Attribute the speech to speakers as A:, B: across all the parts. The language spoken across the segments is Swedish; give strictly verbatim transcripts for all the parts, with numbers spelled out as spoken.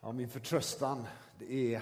A: Ja, min förtröstan, det är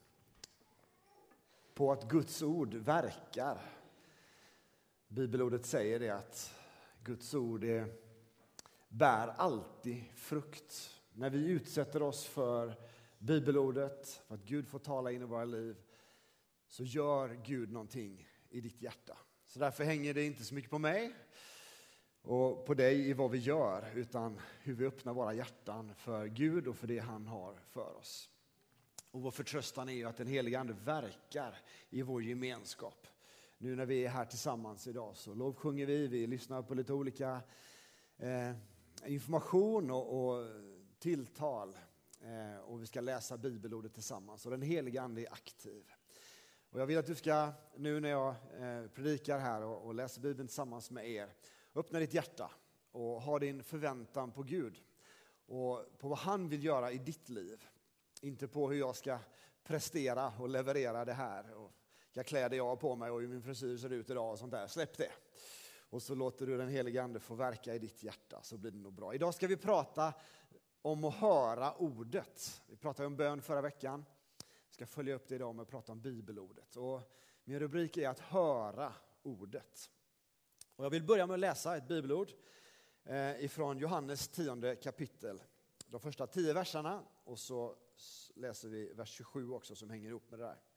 A: på att Guds ord verkar. Bibelordet säger det att Guds ord är, bär alltid frukt. När vi utsätter oss för bibelordet, för att Gud får tala in i våra liv, så gör Gud någonting i ditt hjärta. Så därför hänger det inte så mycket på mig och på dig i vad vi gör, utan hur vi öppnar våra hjärtan för Gud och för det han har för oss. Och vår förtröstan är ju att den heliga ande verkar i vår gemenskap. Nu när vi är här tillsammans idag så lovsjunger vi, vi lyssnar på lite olika eh, information och, och tilltal. Eh, och vi ska läsa bibelordet tillsammans. Och den heliga ande är aktiv. Och jag vill att du ska, nu när jag eh, predikar här och, och läser Bibeln tillsammans med er, öppna ditt hjärta och ha din förväntan på Gud. Och på vad han vill göra i ditt liv. Inte på hur jag ska prestera och leverera det här. Och vilka kläder jag har på mig och hur min frisyr ser ut idag och sånt där. Släpp det. Och så låter du den heliga ande få verka i ditt hjärta, så blir det nog bra. Idag ska vi prata om att höra ordet. Vi pratade om bön förra veckan. Jag ska följa upp det idag med att prata om bibelordet. Och min rubrik är att höra ordet. Och jag vill börja med att läsa ett bibelord eh, ifrån Johannes tionde kapitel. De första tio verserna, och så läser vi vers tjugosju också som hänger ihop med det där.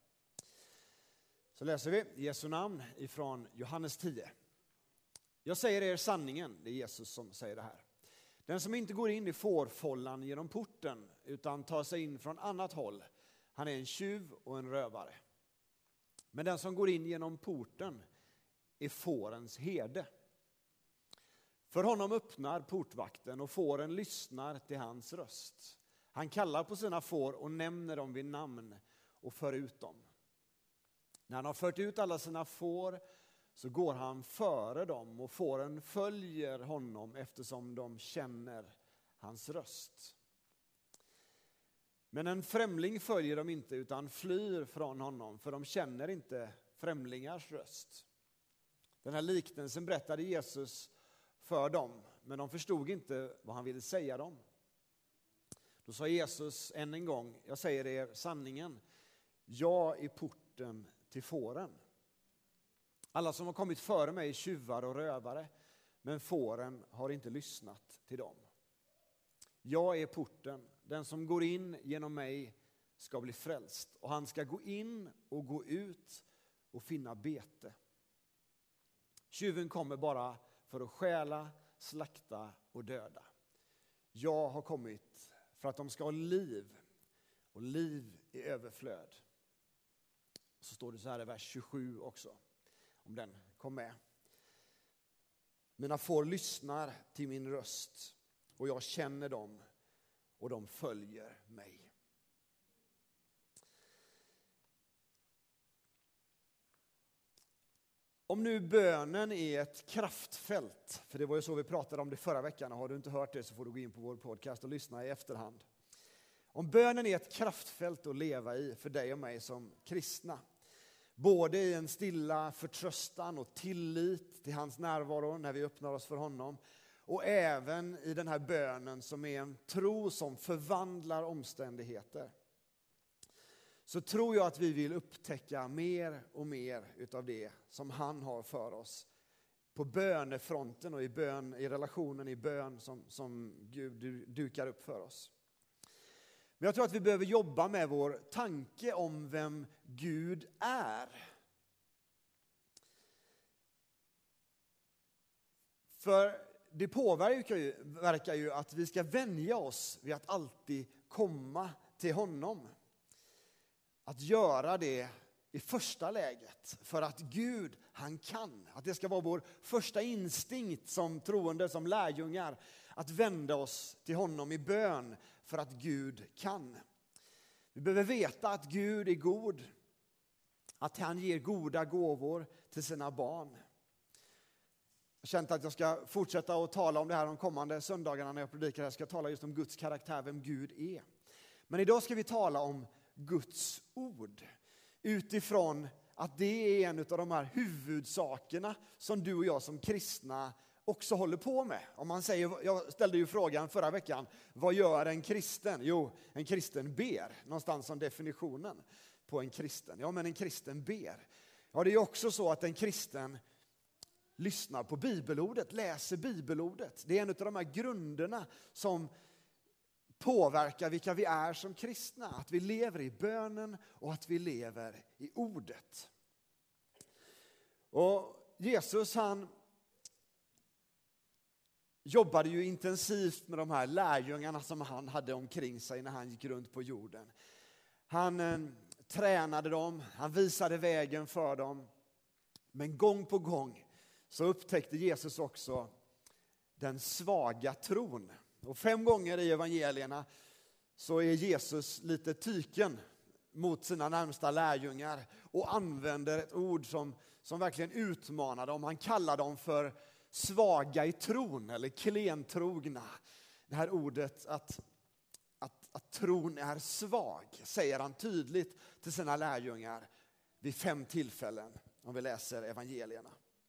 A: Så läser vi Jesu namn ifrån Johannes tio. Jag säger er sanningen, det är Jesus som säger det här. Den som inte går in i fårfållan genom porten utan tar sig in från annat håll, han är en tjuv och en rövare. Men den som går in genom porten är fårens herde. För honom öppnar portvakten och fåren lyssnar till hans röst. Han kallar på sina får och nämner dem vid namn och för ut dem. När han har fört ut alla sina får så går han före dem och fåren följer honom eftersom de känner hans röst. Men en främling följer dem inte utan flyr från honom, för de känner inte främlingars röst. Den här liknelsen berättade Jesus för dem, men de förstod inte vad han ville säga dem. Då sa Jesus än en gång, jag säger er sanningen, jag är porten till fåren. Alla som har kommit före mig är tjuvar och rövare, men fåren har inte lyssnat till dem. Jag är porten, den som går in genom mig ska bli frälst, och han ska gå in och gå ut och finna bete. Tjuven kommer bara för att stjäla, slakta och döda. Jag har kommit för att de ska ha liv, och liv i överflöd. Så står det så här i vers tjugosju också, om den kom med. Mina får lyssnar till min röst, och jag känner dem, och de följer mig. Om nu bönen är ett kraftfält, för det var ju så vi pratade om det förra veckan, och har du inte hört det så får du gå in på vår podcast och lyssna i efterhand. Om bönen är ett kraftfält att leva i för dig och mig som kristna, både i en stilla förtröstan och tillit till hans närvaro när vi öppnar oss för honom, och även i den här bönen som är en tro som förvandlar omständigheter, så tror jag att vi vill upptäcka mer och mer utav det som han har för oss på bönefronten och i, bön, i relationen i bön som, som Gud dukar upp för oss. Men jag tror att vi behöver jobba med vår tanke om vem Gud är. För det påverkar ju, verkar ju att vi ska vänja oss vid att alltid komma till honom. Att göra det i första läget, för att Gud, han kan. Att det ska vara vår första instinkt som troende, som lärjungar, att vända oss till honom i bön för att Gud kan. Vi behöver veta att Gud är god, att han ger goda gåvor till sina barn. Jag har känt att jag ska fortsätta att tala om det här de kommande söndagarna när jag predikar. Jag ska tala just om Guds karaktär, vem Gud är. Men idag ska vi tala om Guds ord, utifrån att det är en av de här huvudsakerna som du och jag som kristna också håller på med. Om man säger, jag ställde ju frågan förra veckan, vad gör en kristen? Jo, en kristen ber, någonstans som definitionen på en kristen. Ja, men en kristen ber. Ja, det är också så att en kristen lyssnar på bibelordet, läser bibelordet. Det är en av de här grunderna som påverkar vilka vi är som kristna. Att vi lever i bönen och att vi lever i ordet. Och Jesus, han jobbade ju intensivt med de här lärjungarna som han hade omkring sig när han gick runt på jorden. Han eh, tränade dem, han visade vägen för dem. Men gång på gång så upptäckte Jesus också den svaga tron. Och fem gånger i evangelierna så är Jesus lite tyken mot sina närmsta lärjungar och använder ett ord som, som verkligen utmanar dem. Han kallar dem för svaga i tron eller klentrogna. Det här ordet att, att, att tron är svag säger han tydligt till sina lärjungar vid fem tillfällen om vi läser evangelierna.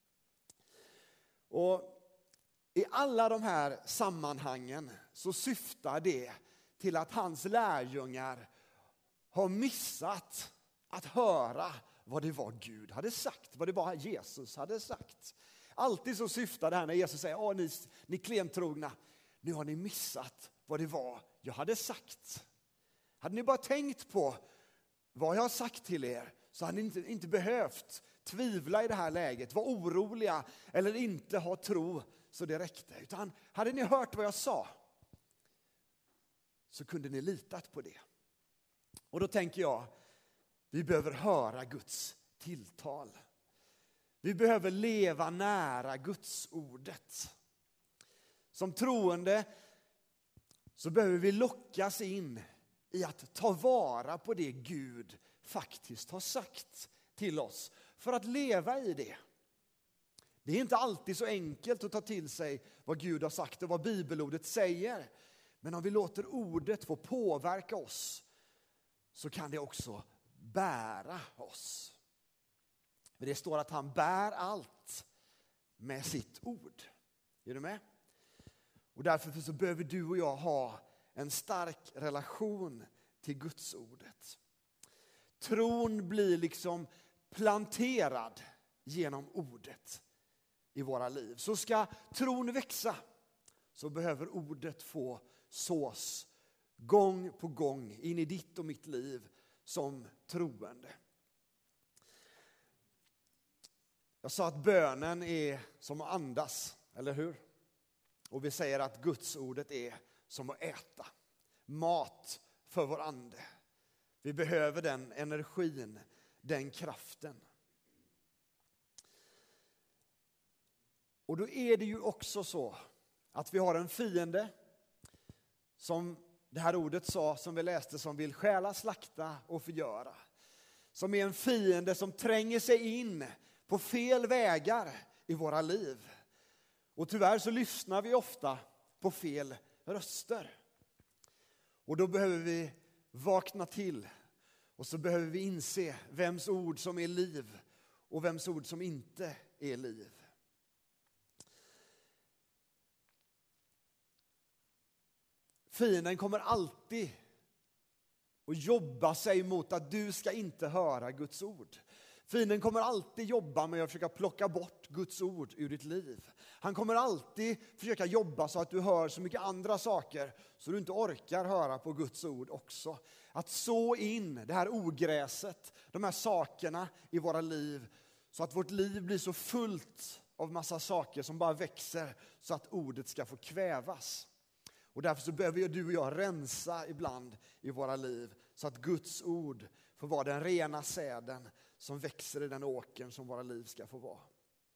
A: Och i alla de här sammanhangen så syftar det till att hans lärjungar har missat att höra vad det var Gud hade sagt, vad det var Jesus hade sagt. Alltid så syftar det här när Jesus säger, åh ni, ni klentrogna, nu har ni missat vad det var jag hade sagt. Hade ni bara tänkt på vad jag har sagt till er så hade ni inte, inte behövt tvivla i det här läget, vara oroliga eller inte ha tro så det räckte. Utan hade ni hört vad jag sa så kunde ni litat på det. Och då tänker jag, vi behöver höra Guds tilltal. Vi behöver leva nära Guds ordet. Som troende så behöver vi lockas in i att ta vara på det Gud faktiskt har sagt till oss för att leva i det. Det är inte alltid så enkelt att ta till sig vad Gud har sagt och vad bibelordet säger. Men om vi låter ordet få påverka oss så kan det också bära oss. För det står att han bär allt med sitt ord. Är du med? Och därför så behöver du och jag ha en stark relation till Guds ordet. Tron blir liksom planterad genom ordet i våra liv. Så ska tron växa så behöver ordet få sås gång på gång in i ditt och mitt liv som troende. Jag sa att bönen är som att andas, eller hur? Och vi säger att Guds ordet är som att äta. Mat för vår ande. Vi behöver den energin, den kraften. Och då är det ju också så att vi har en fiende som det här ordet sa, som vi läste, som vill stjäla, slakta och förgöra. Som är en fiende som tränger sig in på fel vägar i våra liv. Och tyvärr så lyssnar vi ofta på fel röster. Och då behöver vi vakna till. Och så behöver vi inse vems ord som är liv och vems ord som inte är liv. Fienden kommer alltid att jobba sig mot att du ska inte höra Guds ord. Fienden kommer alltid jobba med att försöka plocka bort Guds ord ur ditt liv. Han kommer alltid försöka jobba så att du hör så mycket andra saker så du inte orkar höra på Guds ord också. Att så in det här ogräset, de här sakerna i våra liv så att vårt liv blir så fullt av massa saker som bara växer så att ordet ska få kvävas. Och därför så behöver du och jag rensa ibland i våra liv så att Guds ord får vara den rena säden som växer i den åkern som våra liv ska få vara.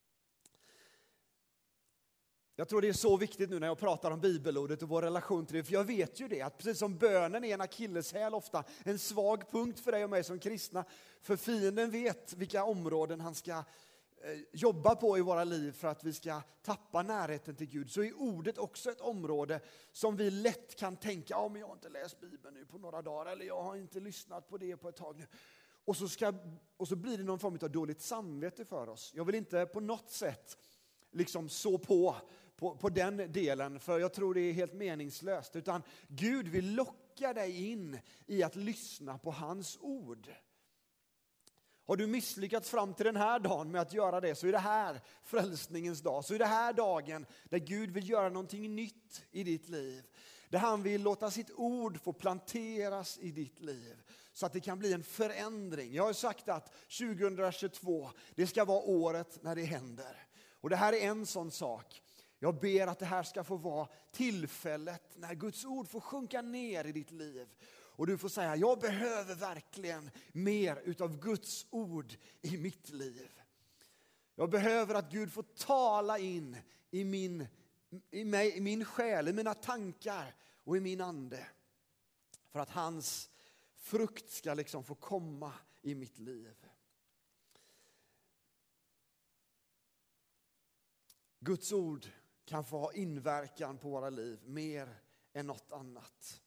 A: Jag tror det är så viktigt nu när jag pratar om bibelordet och vår relation till det. För jag vet ju det, att precis som bönen är en akilleshäl ofta, en svag punkt för dig och mig som kristna. För fienden vet vilka områden han ska jobba på i våra liv för att vi ska tappa närheten till Gud. Så är ordet också ett område som vi lätt kan tänka, ja men jag har inte läst Bibeln nu på några dagar, eller jag har inte lyssnat på det på ett tag nu. Och så, ska, och så blir det någon form av dåligt samvete för oss. Jag vill inte på något sätt liksom så på, på på den delen, för jag tror det är helt meningslöst. Utan Gud vill locka dig in i att lyssna på hans ord. Har du misslyckats fram till den här dagen med att göra det, så är det här frälsningens dag. Så är det här dagen där Gud vill göra någonting nytt i ditt liv. Där han vill låta sitt ord få planteras i ditt liv. Så att det kan bli en förändring. Jag har sagt att tjugohundratjugotvå, det ska vara året när det händer. Och det här är en sån sak. Jag ber att det här ska få vara tillfället när Guds ord får sjunka ner i ditt liv. Och du får säga, jag behöver verkligen mer utav Guds ord i mitt liv. Jag behöver att Gud får tala in i min, i mig, i min själ, i mina tankar och i min ande. För att hans frukt ska liksom få komma i mitt liv. Guds ord kan få ha inverkan på våra liv mer än något annat.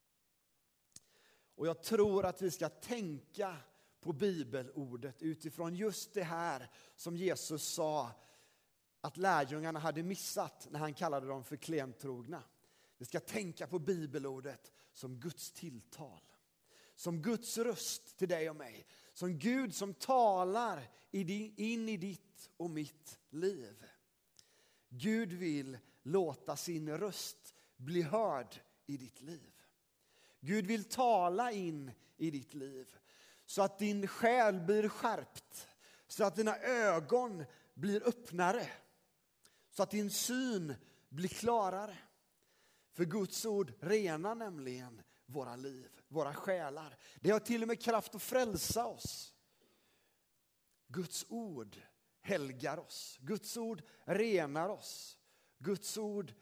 A: Och jag tror att vi ska tänka på bibelordet utifrån just det här som Jesus sa att lärjungarna hade missat när han kallade dem för klentrogna. Vi ska tänka på bibelordet som Guds tilltal. Som Guds röst till dig och mig. Som Gud som talar in i ditt och mitt liv. Gud vill låta sin röst bli hörd i ditt liv. Gud vill tala in i ditt liv så att din själ blir skärpt. Så att dina ögon blir öppnare. Så att din syn blir klarare. För Guds ord renar nämligen våra liv, våra själar. Det har till och med kraft att frälsa oss. Guds ord helgar oss. Guds ord renar oss. Guds ord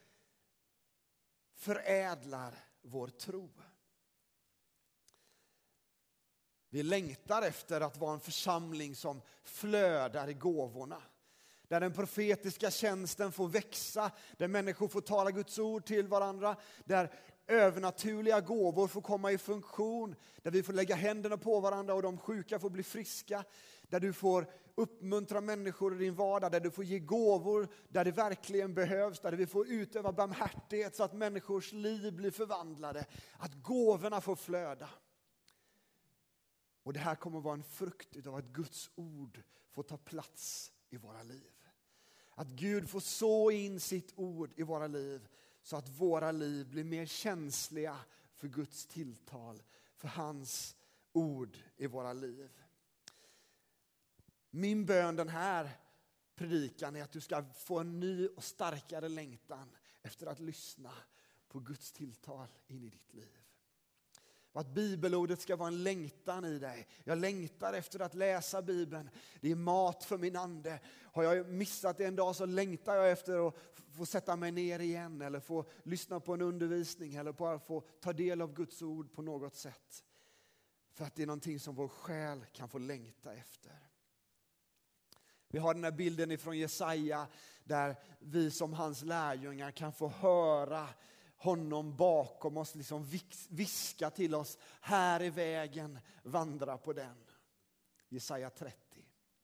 A: förädlar vår tro. Vi längtar efter att vara en församling som flödar i gåvorna. Där den profetiska tjänsten får växa. Där människor får tala Guds ord till varandra. Där övernaturliga gåvor får komma i funktion. Där vi får lägga händerna på varandra och de sjuka får bli friska. Där du får uppmuntra människor i din vardag. Där du får ge gåvor där det verkligen behövs. Där vi får utöva barmhärtighet så att människors liv blir förvandlade. Att gåvorna får flöda. Och det här kommer att vara en frukt av att Guds ord får ta plats i våra liv. Att Gud får så in sitt ord i våra liv så att våra liv blir mer känsliga för Guds tilltal, för hans ord i våra liv. Min bön den här predikan är att du ska få en ny och starkare längtan efter att lyssna på Guds tilltal in i ditt liv. Och att bibelordet ska vara en längtan i dig. Jag längtar efter att läsa Bibeln. Det är mat för min ande. Har jag missat det en dag så längtar jag efter att få sätta mig ner igen. Eller få lyssna på en undervisning. Eller bara få ta del av Guds ord på något sätt. För att det är någonting som vår själ kan få längta efter. Vi har den här bilden ifrån Jesaja. Där vi som hans lärjungar kan få höra honom bakom oss, liksom viska till oss, här är vägen, vandra på den. Jesaja trettio.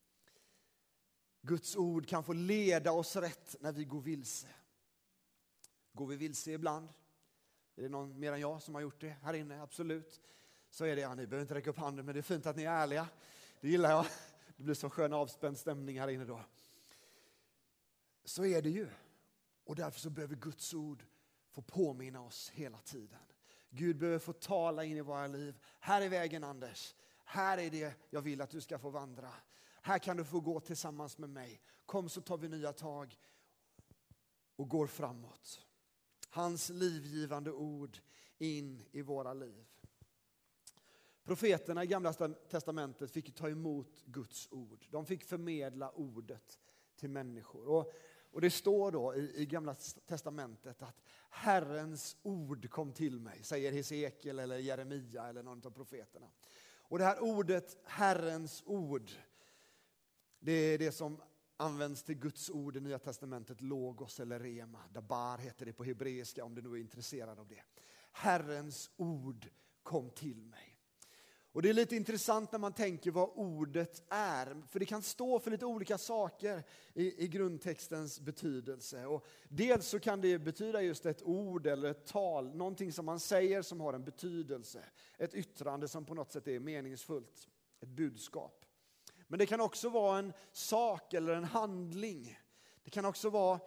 A: Guds ord kan få leda oss rätt när vi går vilse. Går vi vilse ibland? Är det någon mer än jag som har gjort det här inne? Absolut. Så är det, ja, ni behöver inte räcka upp handen, men det är fint att ni är ärliga. Det gillar jag. Det blir så skön avspänd stämning här inne då. Så är det ju. Och därför så behöver Guds ord få påminna oss hela tiden. Gud behöver få tala in i våra liv. Här är vägen, Anders. Här är det jag vill att du ska få vandra. Här kan du få gå tillsammans med mig. Kom så tar vi nya tag och går framåt. Hans livgivande ord in i våra liv. Profeterna i Gamla testamentet fick ta emot Guds ord. De fick förmedla ordet till människor. Och Och det står då i, i Gamla testamentet att Herrens ord kom till mig, säger Hesekiel eller Jeremia eller någon av profeterna. Och det här ordet, Herrens ord, det är det som används till Guds ord i Nya testamentet, logos eller rema. Dabar heter det på hebreiska om du nu är intresserad av det. Herrens ord kom till mig. Och det är lite intressant när man tänker vad ordet är. För det kan stå för lite olika saker i, i grundtextens betydelse. Och dels så kan det betyda just ett ord eller ett tal. Någonting som man säger som har en betydelse. Ett yttrande som på något sätt är meningsfullt. Ett budskap. Men det kan också vara en sak eller en handling. Det kan också vara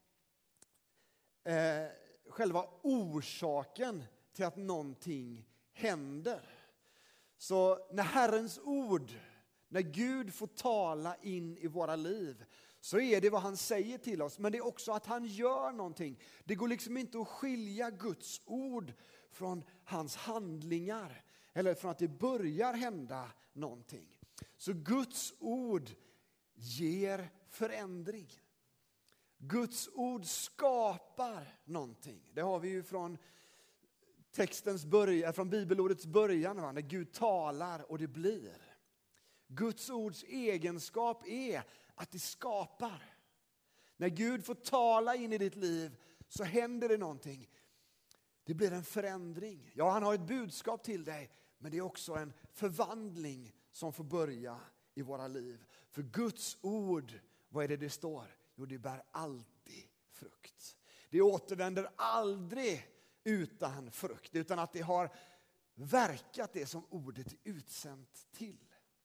A: eh, själva orsaken till att någonting händer. Så när Herrens ord, när Gud får tala in i våra liv, så är det vad han säger till oss. Men det är också att han gör någonting. Det går liksom inte att skilja Guds ord från hans handlingar. Eller från att det börjar hända någonting. Så Guds ord ger förändring. Guds ord skapar någonting. Det har vi ju från textens början, från bibelordets början, va? När Gud talar och det blir. Guds ords egenskap är att det skapar. När Gud får tala in i ditt liv så händer det någonting. Det blir en förändring. Ja, han har ett budskap till dig, men det är också en förvandling som får börja i våra liv. För Guds ord, vad är det det står? Jo, det bär alltid frukt. Det återvänder aldrig utan frukt, utan att det har verkat det som ordet är utsänt till.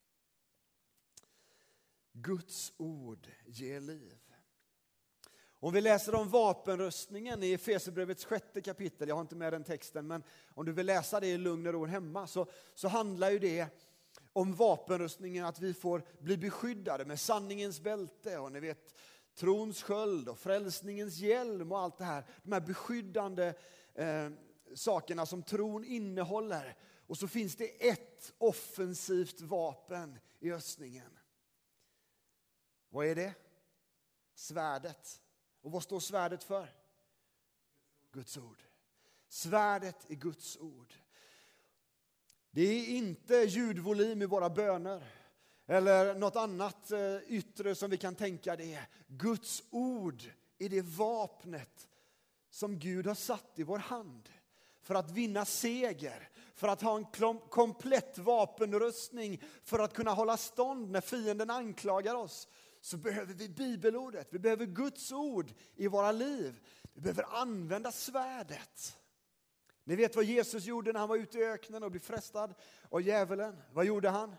A: Guds ord ger liv. Om vi läser om vapenrustningen i Efesierbrevets sjätte kapitel, jag har inte med den texten, men om du vill läsa det i lugn och ro hemma, så, så handlar ju det om vapenrustningen, att vi får bli beskyddade med sanningens bälte och ni vet trons sköld och frälsningens hjälm och allt det här. De här beskyddande eh, sakerna som tron innehåller. Och så finns det ett offensivt vapen i rustningen. Vad är det? Svärdet. Och vad står svärdet för? Guds ord. Svärdet är Guds ord. Det är inte ljudvolym i våra böner. Eller något annat yttre som vi kan tänka det. Guds ord är det vapnet som Gud har satt i vår hand. För att vinna seger. För att ha en komplett vapenrustning. För att kunna hålla stånd när fienden anklagar oss. Så behöver vi bibelordet. Vi behöver Guds ord i våra liv. Vi behöver använda svärdet. Ni vet vad Jesus gjorde när han var ute i öknen och blev frestad av djävulen. Vad gjorde han?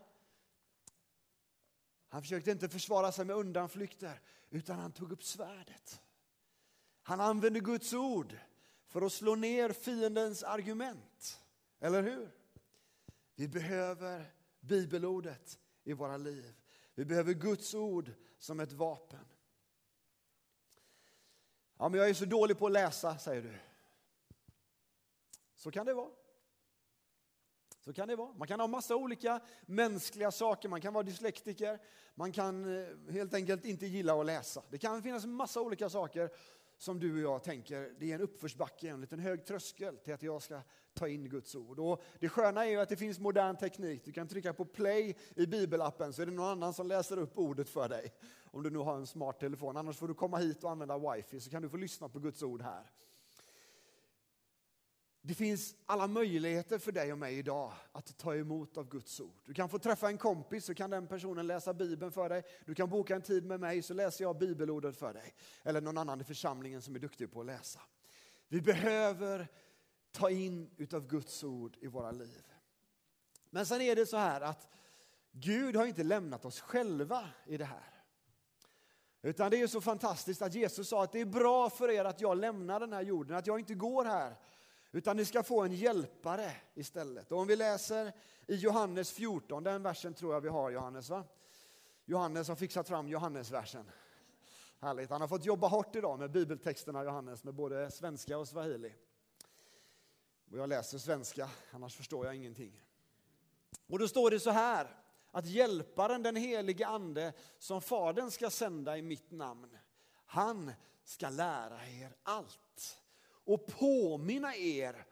A: Han försökte inte försvara sig med undanflykter, utan han tog upp svärdet. Han använde Guds ord för att slå ner fiendens argument. Eller hur? Vi behöver bibelordet i våra liv. Vi behöver Guds ord som ett vapen. Ja, men jag är så dålig på att läsa, säger du. Så kan det vara. Så kan det vara. Man kan ha massa olika mänskliga saker. Man kan vara dyslektiker. Man kan helt enkelt inte gilla att läsa. Det kan finnas en massa olika saker som du och jag tänker, det är en uppförsbacke, en liten hög tröskel till att jag ska ta in Guds ord. Och det sköna är ju att det finns modern teknik. Du kan trycka på play i bibelappen så är det någon annan som läser upp ordet för dig. Om du nu har en smart telefon. Annars får du komma hit och använda wifi så kan du få lyssna på Guds ord här. Det finns alla möjligheter för dig och mig idag att ta emot av Guds ord. Du kan få träffa en kompis så kan den personen läsa Bibeln för dig. Du kan boka en tid med mig så läser jag bibelordet för dig. Eller någon annan i församlingen som är duktig på att läsa. Vi behöver ta in utav Guds ord i våra liv. Men sen är det så här att Gud har inte lämnat oss själva i det här. Utan det är så fantastiskt att Jesus sa att det är bra för er att jag lämnar den här jorden. Att jag inte går här. Utan ni ska få en hjälpare istället. Och om vi läser i Johannes fjorton, den versen tror jag vi har, Johannes, va? Johannes har fixat fram Johannes-versen. Härligt, han har fått jobba hårt idag med bibeltexterna, Johannes, med både svenska och swahili. Och jag läser svenska, annars förstår jag ingenting. Och då står det så här, att hjälparen, den helige ande, som Fadern ska sända i mitt namn, han ska lära er allt. Och påminna er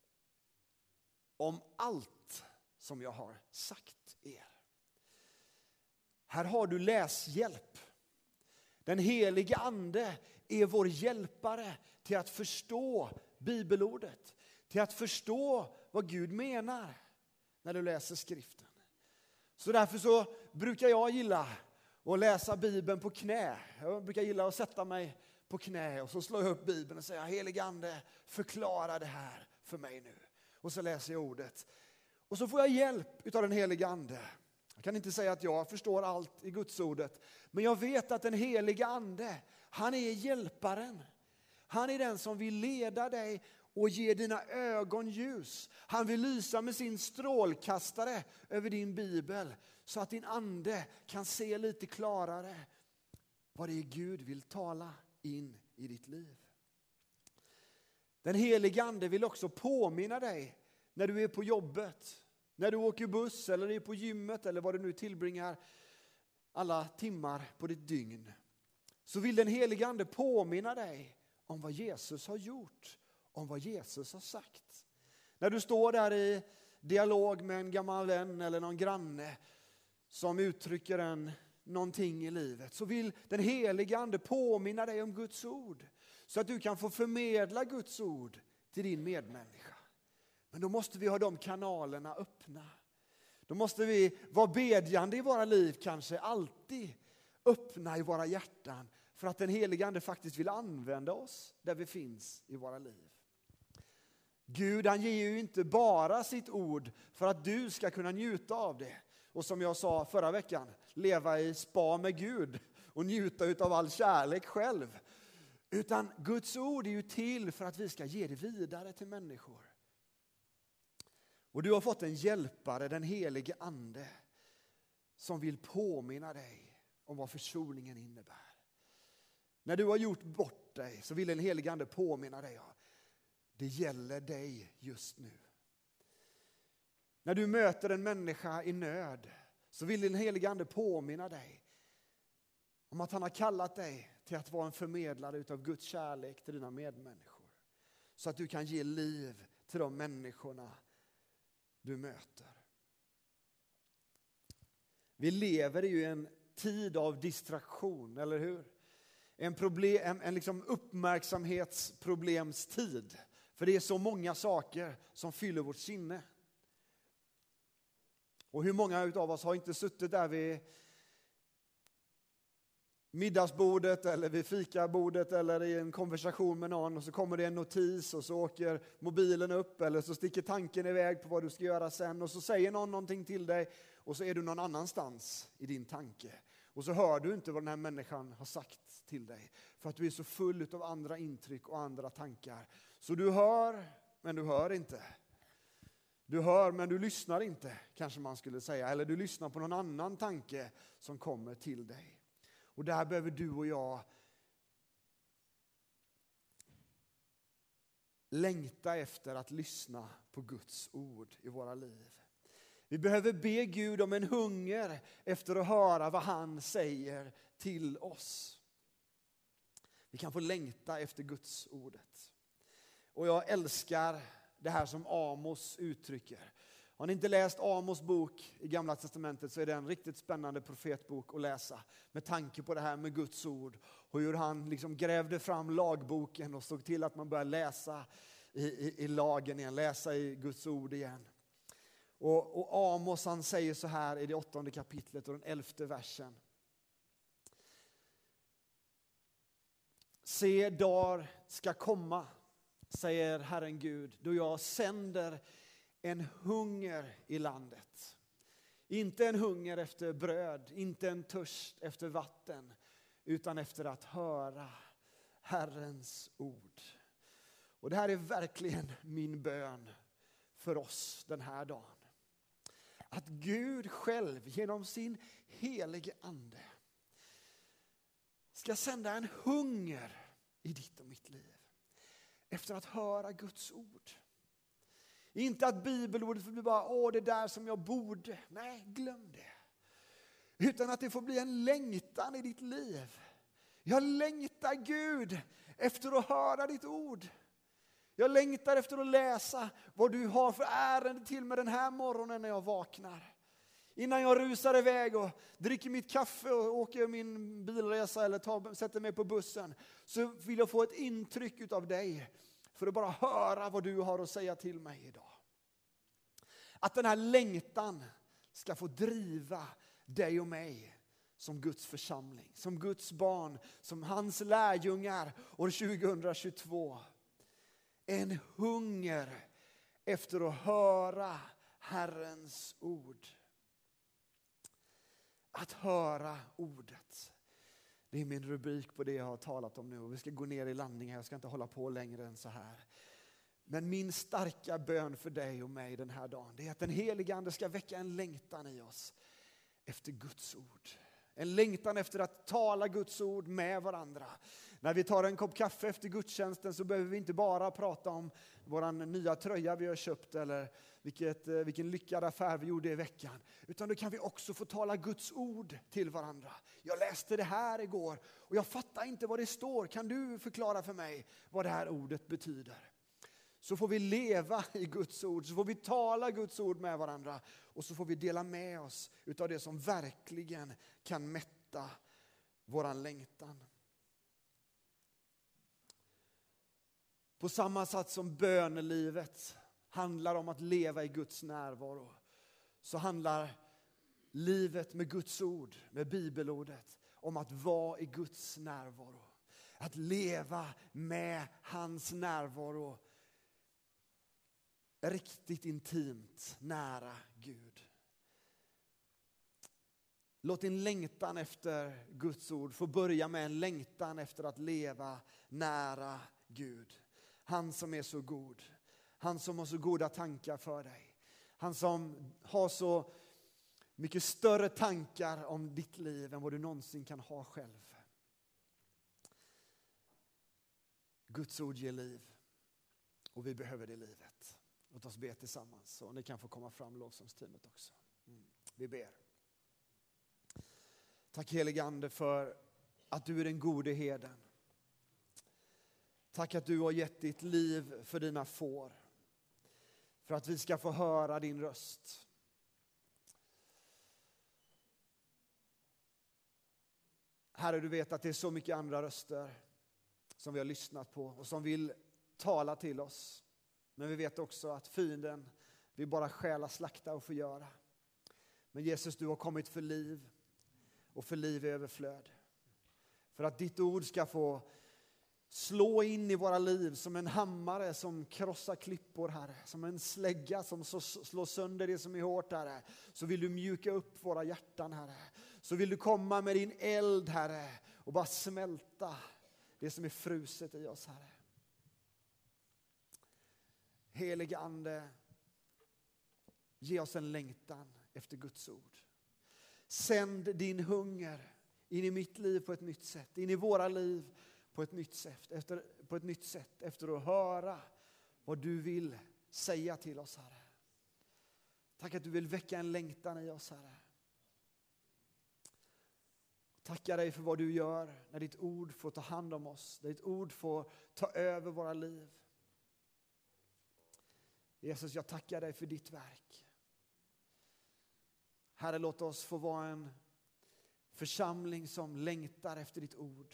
A: om allt som jag har sagt er. Här har du läshjälp. Den helige ande är vår hjälpare till att förstå bibelordet. Till att förstå vad Gud menar. när du läser skriften. Så därför så brukar jag gilla att läsa Bibeln på knä. Jag brukar gilla att sätta mig på knä och så slår jag upp Bibeln och säger: Helige Ande, förklara det här för mig nu. Och så läser jag ordet. Och så får jag hjälp av den helige Ande. Jag kan inte säga att jag förstår allt i Guds ordet, men jag vet att den helige Ande, han är hjälparen. Han är den som vill leda dig och ge dina ögon ljus. Han vill lysa med sin strålkastare över din bibel så att din ande kan se lite klarare vad det är Gud vill tala in i ditt liv. Den helige Ande vill också påminna dig när du är på jobbet, när du åker buss eller är på gymmet eller vad du nu tillbringar alla timmar på ditt dygn. Så vill den helige Ande påminna dig om vad Jesus har gjort, om vad Jesus har sagt. När du står där i dialog med en gammal vän eller någon granne som uttrycker en, någonting i livet, så vill den helige Ande påminna dig om Guds ord så att du kan få förmedla Guds ord till din medmänniska. Men då måste vi ha de kanalerna öppna. Då måste vi vara bedjande i våra liv, kanske alltid öppna i våra hjärtan, för att den helige Ande faktiskt vill använda oss där vi finns i våra liv. Gud, han ger ju inte bara sitt ord för att du ska kunna njuta av det. Och som jag sa förra veckan, leva i spa med Gud och njuta av all kärlek själv. Utan Guds ord är ju till för att vi ska ge det vidare till människor. Och du har fått en hjälpare, den helige Ande, som vill påminna dig om vad försoningen innebär. När du har gjort bort dig så vill den helige Ande påminna dig. Ja, det gäller dig just nu. När du möter en människa i nöd så vill den helige Ande påminna dig om att han har kallat dig till att vara en förmedlare av Guds kärlek till dina medmänniskor. Så att du kan ge liv till de människorna du möter. Vi lever ju i en tid av distraktion, eller hur? En, problem, en, en liksom uppmärksamhetsproblemstid. För det är så många saker som fyller vårt sinne. Och hur många av oss har inte suttit där vid middagsbordet eller vid fikabordet eller i en konversation med någon och så kommer det en notis och så åker mobilen upp eller så sticker tanken iväg på vad du ska göra sen och så säger någon någonting till dig och så är du någon annanstans i din tanke. Och så hör du inte vad den här människan har sagt till dig. För att du är så full av andra intryck och andra tankar. Så du hör, men du hör inte. Du hör, men du lyssnar inte, kanske man skulle säga. Eller du lyssnar på någon annan tanke som kommer till dig. Och där behöver du och jag längta efter att lyssna på Guds ord i våra liv. Vi behöver be Gud om en hunger efter att höra vad han säger till oss. Vi kan få längta efter Guds ordet. Och jag älskar det här som Amos uttrycker. Har ni inte läst Amos bok i Gamla testamentet så är det en riktigt spännande profetbok att läsa. Med tanke på det här med Guds ord. Och hur han liksom grävde fram lagboken och såg till att man börjar läsa i, i, i lagen igen. Läsa i Guds ord igen. Och, och Amos han säger så här i det åttonde kapitlet och den elfte versen. Se, dagar ska komma, säger Herren Gud, då jag sänder en hunger i landet. Inte en hunger efter bröd, inte en törst efter vatten, utan efter att höra Herrens ord. Och det här är verkligen min bön för oss den här dagen. Att Gud själv genom sin helige ande ska sända en hunger i ditt och mitt liv. Efter att höra Guds ord. Inte att bibelordet får bli bara, åh det där som jag borde. Nej, glöm det. Utan att det får bli en längtan i ditt liv. Jag längtar Gud efter att höra ditt ord. Jag längtar efter att läsa vad du har för ärende till mig den här morgonen när jag vaknar. Innan jag rusar iväg och dricker mitt kaffe och åker min bilresa eller tar, sätter mig på bussen. Så vill jag få ett intryck av dig för att bara höra vad du har att säga till mig idag. Att den här längtan ska få driva dig och mig som Guds församling, som Guds barn, som hans lärjungar år tjugohundratjugotvå. En hunger efter att höra Herrens ord. Att höra ordet. Det är min rubrik på det jag har talat om nu. Och vi ska gå ner i landning här. Jag ska inte hålla på längre än så här. Men min starka bön för dig och mig den här dagen, det är att den helige Ande ska väcka en längtan i oss efter Guds ord. En längtan efter att tala Guds ord med varandra. När vi tar en kopp kaffe efter gudstjänsten så behöver vi inte bara prata om våran nya tröja vi har köpt eller vilket, vilken lyckad affär vi gjorde i veckan. Utan då kan vi också få tala Guds ord till varandra. Jag läste det här igår och jag fattar inte vad det står. Kan du förklara för mig vad det här ordet betyder? Så får vi leva i Guds ord, så får vi tala Guds ord med varandra och så får vi dela med oss utav det som verkligen kan mätta våran längtan. På samma sätt som bönelivet handlar om att leva i Guds närvaro, så handlar livet med Guds ord, med bibelordet, om att vara i Guds närvaro. Att leva med hans närvaro. Riktigt intimt nära Gud. Låt din längtan efter Guds ord få börja med en längtan efter att leva nära Gud. Han som är så god. Han som har så goda tankar för dig. Han som har så mycket större tankar om ditt liv än vad du någonsin kan ha själv. Guds ord ger liv. Och vi behöver det livet. Låt oss be tillsammans. Och ni kan få komma fram, lovsångsteamet också. Mm. Vi ber. Tack helige Ande för att du är den gode herden. Tack att du har gett ditt liv för dina får. För att vi ska få höra din röst. Herre, du vet att det är så mycket andra röster som vi har lyssnat på och som vill tala till oss. Men vi vet också att fienden vill bara stjäla, slakta och förgöra. Men Jesus, du har kommit för liv och för liv i överflöd. För att ditt ord ska få slå in i våra liv som en hammare som krossar klippor, Herre. Som en slägga som slår sönder det som är hårt, Herre. Så vill du mjuka upp våra hjärtan, Herre. Så vill du komma med din eld, Herre. Och bara smälta det som är fruset i oss, Herre. Helige Ande, ge oss en längtan efter Guds ord. Sänd din hunger in i mitt liv på ett nytt sätt. In i våra liv på ett nytt sätt. Efter, på ett nytt sätt. Efter att höra vad du vill säga till oss, Herre. Tack att du vill väcka en längtan i oss, Herre. Tackar dig för vad du gör när ditt ord får ta hand om oss. När ditt ord får ta över våra liv. Jesus, jag tackar dig för ditt verk. Herre, låt oss få vara en församling som längtar efter ditt ord.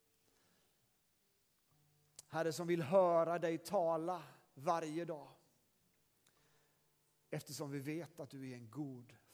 A: Herre, som vill höra dig tala varje dag. Eftersom vi vet att du är en god